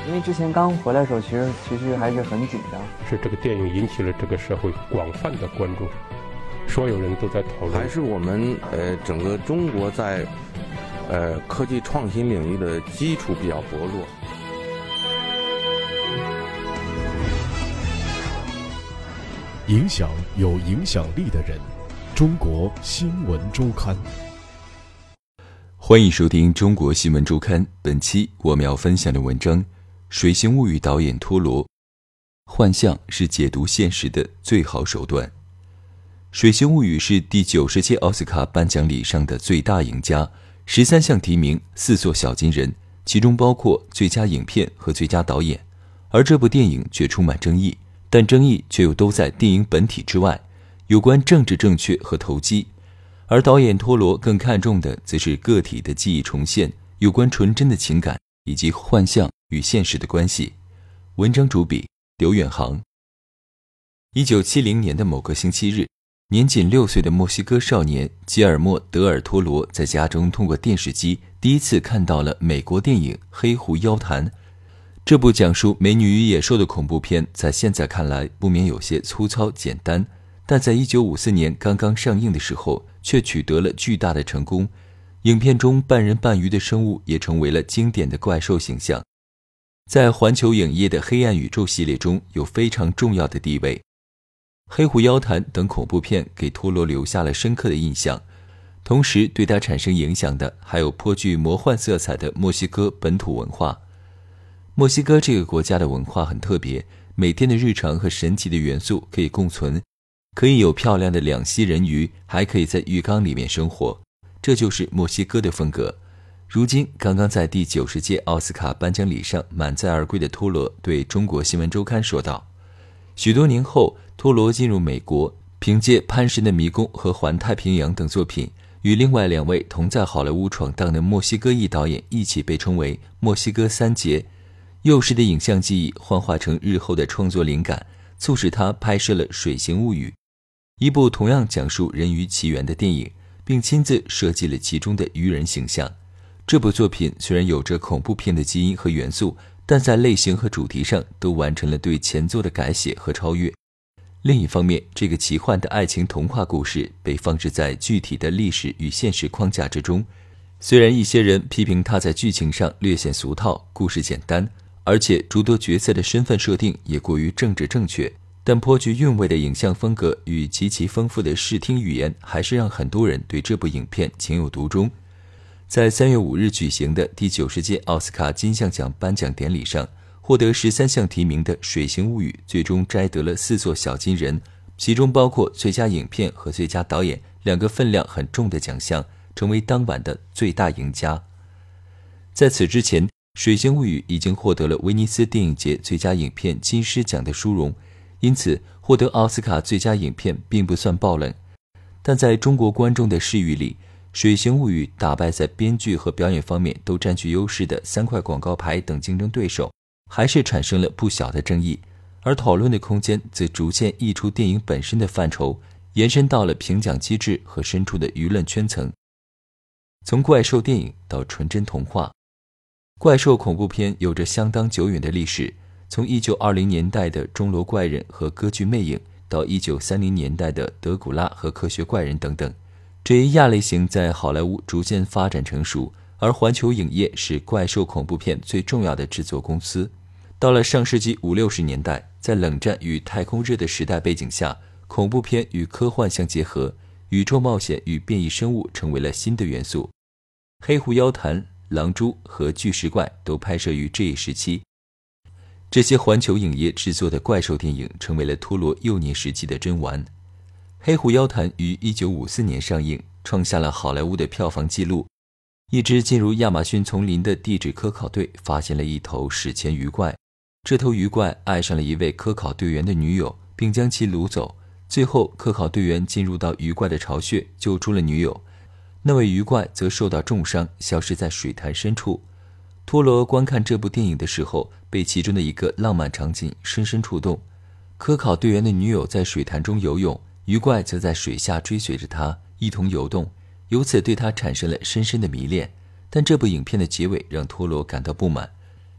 因为之前刚回来的时候，其实还是很紧张。 是这个电影引起了这个社会广泛的关注，所有人都在讨论。 还是我们整个中国在科技创新领域的基础比较薄弱。 影响有影响力的人，中国新闻周刊。 欢迎收听中国新闻周刊，本期我们要分享的文章《水形物语》导演托罗，幻象是解读现实的最好手段。水形物语是第90届奥斯卡颁奖礼上的最大赢家，13项提名，4座小金人，其中包括最佳影片和最佳导演。而这部电影却充满争议，但争议却又都在电影本体之外，有关政治正确和投机。而导演托罗更看重的则是个体的记忆重现，有关纯真的情感以及幻象与现实的关系。文章主笔刘远航。1970年的某个星期日，年仅6岁的墨西哥少年吉尔莫·德尔托罗在家中通过电视机第一次看到了美国电影《黑狐妖谈》。这部讲述美女与野兽的恐怖片在现在看来不免有些粗糙简单，但在1954年刚刚上映的时候却取得了巨大的成功。影片中半人半鱼的生物也成为了经典的怪兽形象，在环球影业的黑暗宇宙系列中有非常重要的地位。黑狐妖谈等恐怖片给托罗留下了深刻的印象，同时对他产生影响的还有颇具魔幻色彩的墨西哥本土文化。墨西哥这个国家的文化很特别，每天的日常和神奇的元素可以共存，可以有漂亮的两栖人鱼，还可以在浴缸里面生活，这就是墨西哥的风格。如今刚刚在第90届奥斯卡颁奖礼上满载而归的托罗对中国新闻周刊说道，许多年后托罗进入美国，凭借《潘神的迷宫》和《环太平洋》等作品，与另外2位同在好莱坞闯荡的墨西哥裔导演一起被称为墨西哥三杰。幼时的影像记忆幻化成日后的创作灵感，促使他拍摄了《水形物语》，一部同样讲述人鱼起源的电影，并亲自设计了其中的鱼人形象。这部作品虽然有着恐怖片的基因和元素，但在类型和主题上都完成了对前作的改写和超越。另一方面，这个奇幻的爱情童话故事被放置在具体的历史与现实框架之中，虽然一些人批评它在剧情上略显俗套，故事简单，而且诸多角色的身份设定也过于政治正确，但颇具韵味的影像风格与极其丰富的视听语言还是让很多人对这部影片情有独钟。在3月5日举行的第90届奥斯卡金像奖颁奖典礼上，获得13项提名的《水形物语》最终摘得了4座小金人，其中包括最佳影片和最佳导演2个分量很重的奖项，成为当晚的最大赢家。在此之前，《水形物语》已经获得了威尼斯电影节最佳影片金狮奖的殊荣，因此获得奥斯卡最佳影片并不算爆冷。但在中国观众的视域里，《水形物语》打败在编剧和表演方面都占据优势的3块广告牌等竞争对手，还是产生了不小的争议，而讨论的空间则逐渐溢出电影本身的范畴，延伸到了评奖机制和深处的舆论圈层。从怪兽电影到纯真童话，怪兽恐怖片有着相当久远的历史，从1920年代的钟楼怪人和歌剧魅影，到1930年代的德古拉和科学怪人等等，这一亚类型在好莱坞逐渐发展成熟，而环球影业是怪兽恐怖片最重要的制作公司。到了上世纪50、60年代，在冷战与太空热的时代背景下，恐怖片与科幻相结合，宇宙冒险与变异生物成为了新的元素。黑狐妖谈、狼蛛和巨石怪都拍摄于这一时期。这些环球影业制作的怪兽电影成为了托罗幼年时期的珍玩。黑狐妖谈于1954年上映，创下了好莱坞的票房纪录。一支进入亚马逊丛林的地质科考队发现了一头史前鱼怪，这头鱼怪爱上了一位科考队员的女友，并将其掳走。最后科考队员进入到鱼怪的巢穴，救出了女友，那位鱼怪则受到重伤，消失在水潭深处。托罗观看这部电影的时候，被其中的一个浪漫场景深深触动。科考队员的女友在水潭中游泳，鱼怪则在水下追随着他一同游动，由此对他产生了深深的迷恋。但这部影片的结尾让托罗感到不满，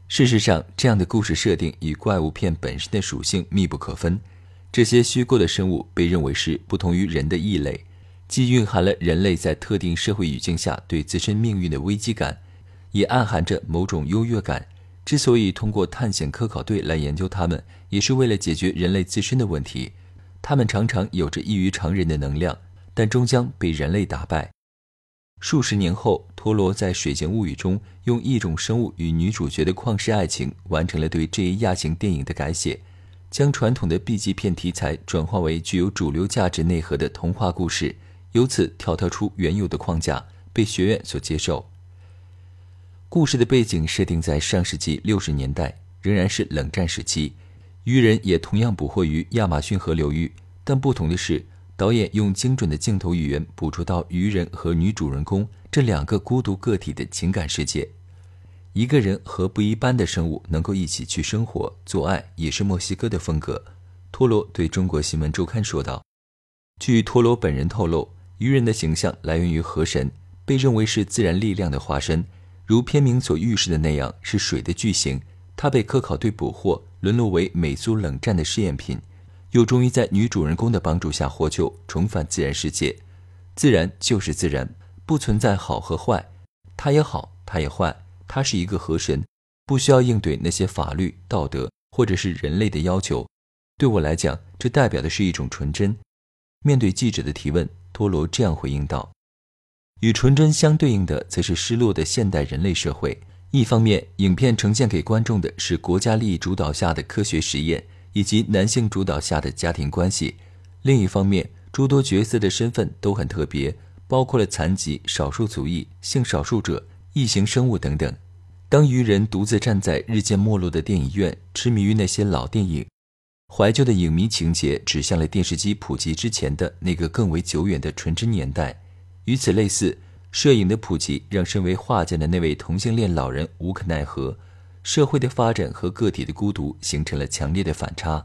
事实上，这样的故事设定与怪物片本身的属性密不可分。这些虚构的生物被认为是不同于人的异类，既蕴含了人类在特定社会语境下对自身命运的危机感，也暗含着某种优越感。之所以通过探险科考队来研究它们，也是为了解决人类自身的问题。它们常常有着异于常人的能量，但终将被人类打败。数十年后，陀螺在《水形物语》中用异种生物与女主角的旷世爱情完成了对这一亚型电影的改写，将传统的 B 级片题材转化为具有主流价值内核的童话故事，由此跳脱出原有的框架，被学院所接受。故事的背景设定在上世纪60年代，仍然是冷战时期，鱼人也同样捕获于亚马逊河流域，但不同的是，导演用精准的镜头语言捕捉到鱼人和女主人公这两个孤独个体的情感世界。一个人和不一般的生物能够一起去生活做爱，也是墨西哥的风格。托罗对中国新闻周刊说道。据托罗本人透露，鱼人的形象来源于河神，被认为是自然力量的化身，如片名所预示的那样，是水的巨型。他被科考队捕获，沦落为美苏冷战的试验品，又终于在女主人公的帮助下获救，重返自然世界。自然就是自然，不存在好和坏，他也好，他也坏，他是一个河神，不需要应对那些法律、道德或者是人类的要求。对我来讲，这代表的是一种纯真。面对记者的提问，托罗这样回应道。与纯真相对应的则是失落的现代人类社会。一方面，影片呈现给观众的是国家利益主导下的科学实验，以及男性主导下的家庭关系；另一方面，诸多角色的身份都很特别，包括了残疾、少数族裔、性少数者、异形生物等等。当鱼人独自站在日渐没落的电影院，痴迷于那些老电影，怀旧的影迷情节指向了电视机普及之前的那个更为久远的纯真年代。与此类似，摄影的普及让身为画家的那位同性恋老人无可奈何，社会的发展和个体的孤独形成了强烈的反差。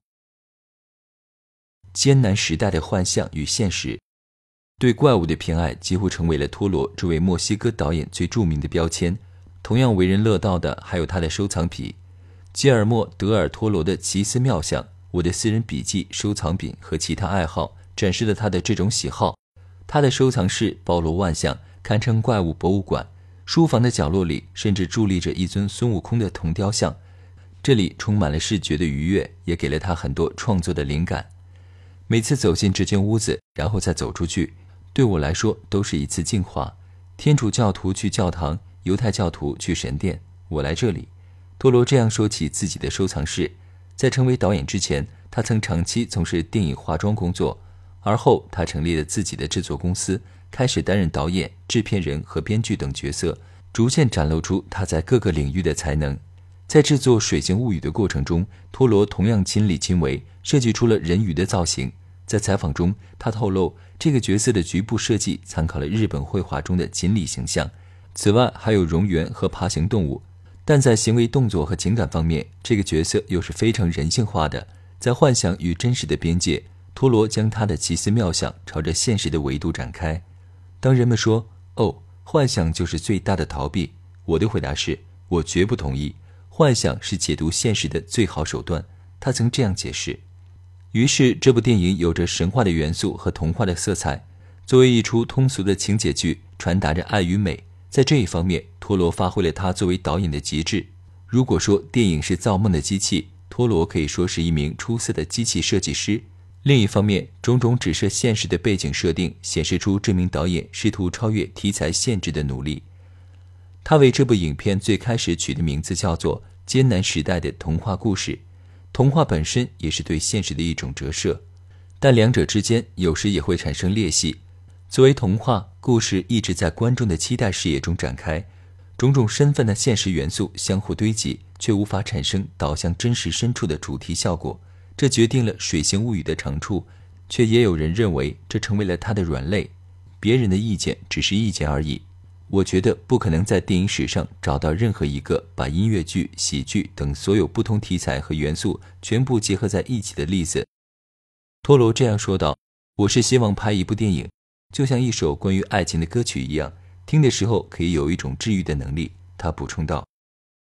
艰难时代的幻象与现实，对怪物的偏爱几乎成为了托罗这位墨西哥导演最著名的标签。同样为人乐道的还有他的收藏品，吉尔莫·德尔托罗的奇思妙想、我的私人笔记、收藏品和其他爱好展示了他的这种喜好。他的收藏室包罗万象，堪称怪物博物馆。书房的角落里甚至伫立着一尊孙悟空的铜雕像，这里充满了视觉的愉悦，也给了他很多创作的灵感。每次走进这间屋子，然后再走出去，对我来说都是一次净化。天主教徒去教堂，犹太教徒去神殿，我来这里。托罗这样说起自己的收藏室。在成为导演之前，他曾长期从事电影化妆工作，而后他成立了自己的制作公司，开始担任导演、制片人和编剧等角色，逐渐展露出他在各个领域的才能。在制作《水形物语》的过程中，托罗同样亲力亲为，设计出了人鱼的造型。在采访中，他透露这个角色的局部设计参考了日本绘画中的锦鲤形象，此外还有蝾螈和爬行动物。但在行为动作和情感方面，这个角色又是非常人性化的。在幻想与真实的边界，托罗将他的奇思妙想朝着现实的维度展开。当人们说幻想就是最大的逃避，我的回答是，我绝不同意。幻想是解读现实的最好手段，他曾这样解释。于是这部电影有着神话的元素和童话的色彩，作为一出通俗的情节剧，传达着爱与美。在这一方面，托罗发挥了他作为导演的极致。如果说电影是造梦的机器，托罗可以说是一名出色的机器设计师。另一方面，种种指涉现实的背景设定显示出这名导演试图超越题材限制的努力。他为这部影片最开始取的名字叫做《艰难时代的童话故事》，童话本身也是对现实的一种折射，但两者之间有时也会产生裂隙。作为童话故事，一直在观众的期待视野中展开，种种身份的现实元素相互堆积，却无法产生导向真实深处的主题效果，这决定了《水形物语》的长处，却也有人认为这成为了它的软肋。别人的意见只是意见而已。我觉得不可能在电影史上找到任何一个把音乐剧、喜剧等所有不同题材和元素全部结合在一起的例子。托罗这样说道，我是希望拍一部电影，就像一首关于爱情的歌曲一样，听的时候可以有一种治愈的能力。他补充道。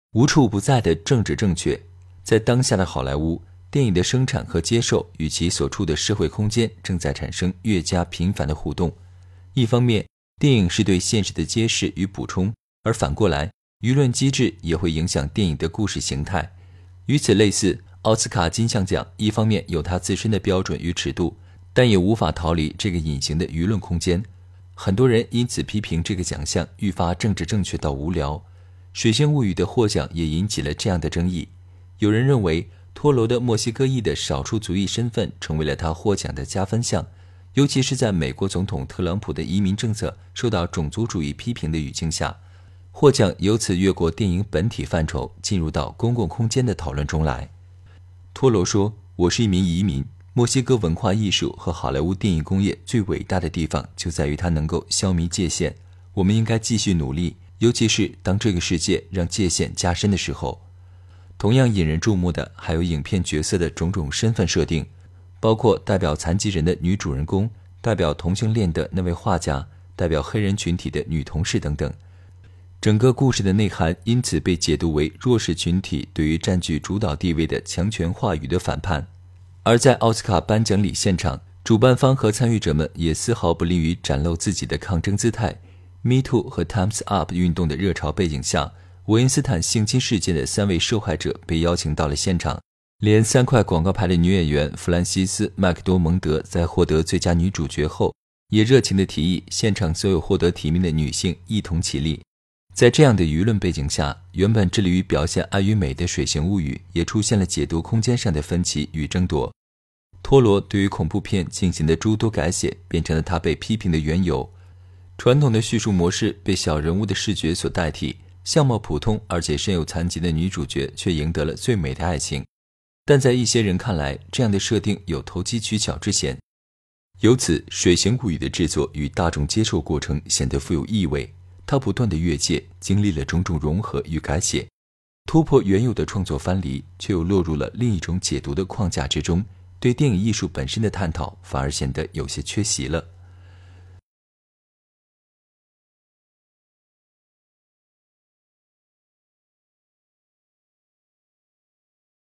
无处不在的政治正确，在当下的好莱坞，电影的生产和接受与其所处的社会空间正在产生越加频繁的互动。一方面，电影是对现实的揭示与补充，而反过来，舆论机制也会影响电影的故事形态。与此类似，奥斯卡金像奖一方面有它自身的标准与尺度，但也无法逃离这个隐形的舆论空间。很多人因此批评这个奖项愈发政治正确到无聊。水星物语的获奖也引起了这样的争议。有人认为托罗的墨西哥裔的少数族裔身份成为了他获奖的加分项，尤其是在美国总统特朗普的移民政策受到种族主义批评的语境下，获奖由此越过电影本体范畴，进入到公共空间的讨论中来。托罗说，我是一名移民，墨西哥文化艺术和好莱坞电影工业最伟大的地方就在于它能够消弭界限，我们应该继续努力，尤其是当这个世界让界限加深的时候。同样引人注目的还有影片角色的种种身份设定，包括代表残疾人的女主人公，代表同性恋的那位画家，代表黑人群体的女同事等等。整个故事的内涵因此被解读为弱势群体对于占据主导地位的强权话语的反叛。而在奥斯卡颁奖礼现场，主办方和参与者们也丝毫不利于展露自己的抗争姿态。Me Too 和 Time's Up 运动的热潮背景下，韦恩斯坦性侵事件的3位受害者被邀请到了现场，连3块广告牌的女演员弗兰西斯·麦克多蒙德在获得最佳女主角后，也热情地提议现场所有获得提名的女性一同起立。在这样的舆论背景下，原本致力于表现爱与美的水形物语也出现了解读空间上的分歧与争夺。托罗对于恐怖片进行的诸多改写变成了他被批评的缘由。传统的叙述模式被小人物的视觉所代替，相貌普通而且身有残疾的女主角却赢得了最美的爱情。但在一些人看来，这样的设定有投机取巧之嫌。由此，水形物语的制作与大众接受过程显得富有意味。它不断的越界，经历了种种融合与改写，突破原有的创作藩篱，却又落入了另一种解读的框架之中，对电影艺术本身的探讨反而显得有些缺席了。